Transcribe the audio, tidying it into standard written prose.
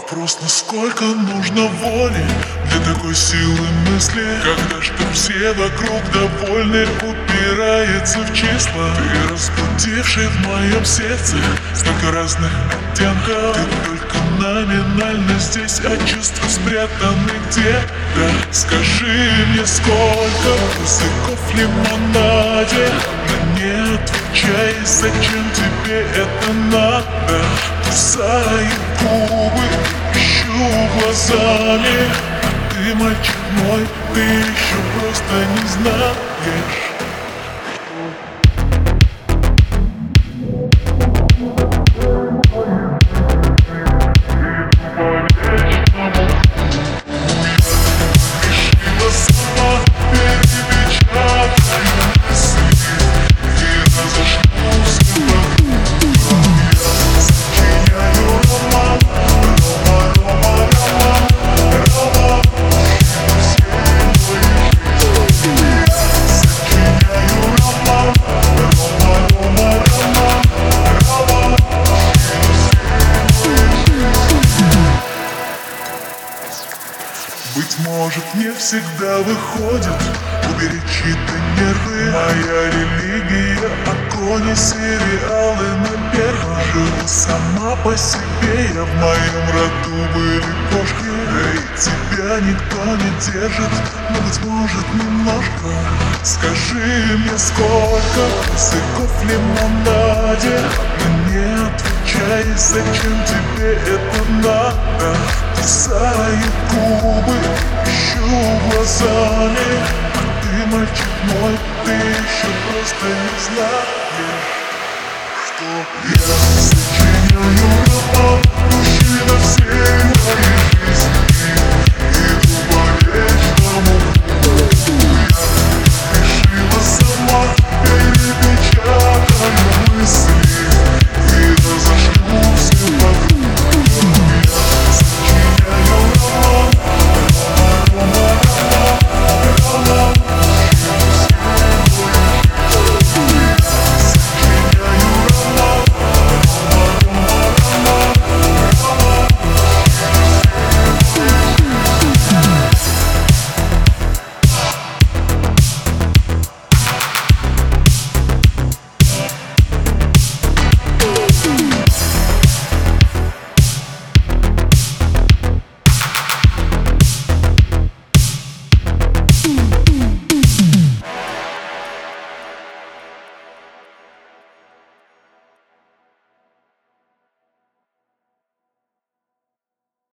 Вопрос, насколько нужно воли для такой силы мысли, когда чтоб все вокруг довольны, упирается в числа. Ты разбудивший в моем сердце столько разных оттенков. Ты только номинально здесь, а чувства спрятаны где-то. Скажи мне, сколько языков в лимонаде, но не отвечай, зачем тебе это надо. Кусаю губы, ищу глазами, а ты, мальчик мой, ты еще просто не знаешь. Быть может, не всегда выходит уберечь чьи-то нервы. Моя религия — огонь, сериалы на первом. Живу сама по себе, я в моем роду были кошки. Да и тебя никто не держит, но, быть может, немножко. Скажи мне, сколько языков в лимонаде, но не отвечай, зачем тебе это надо. Кусаю губы, ищу глазами, а ты, мальчик мой, ты еще просто не знаешь, что я сочиняю роман. Мужчина все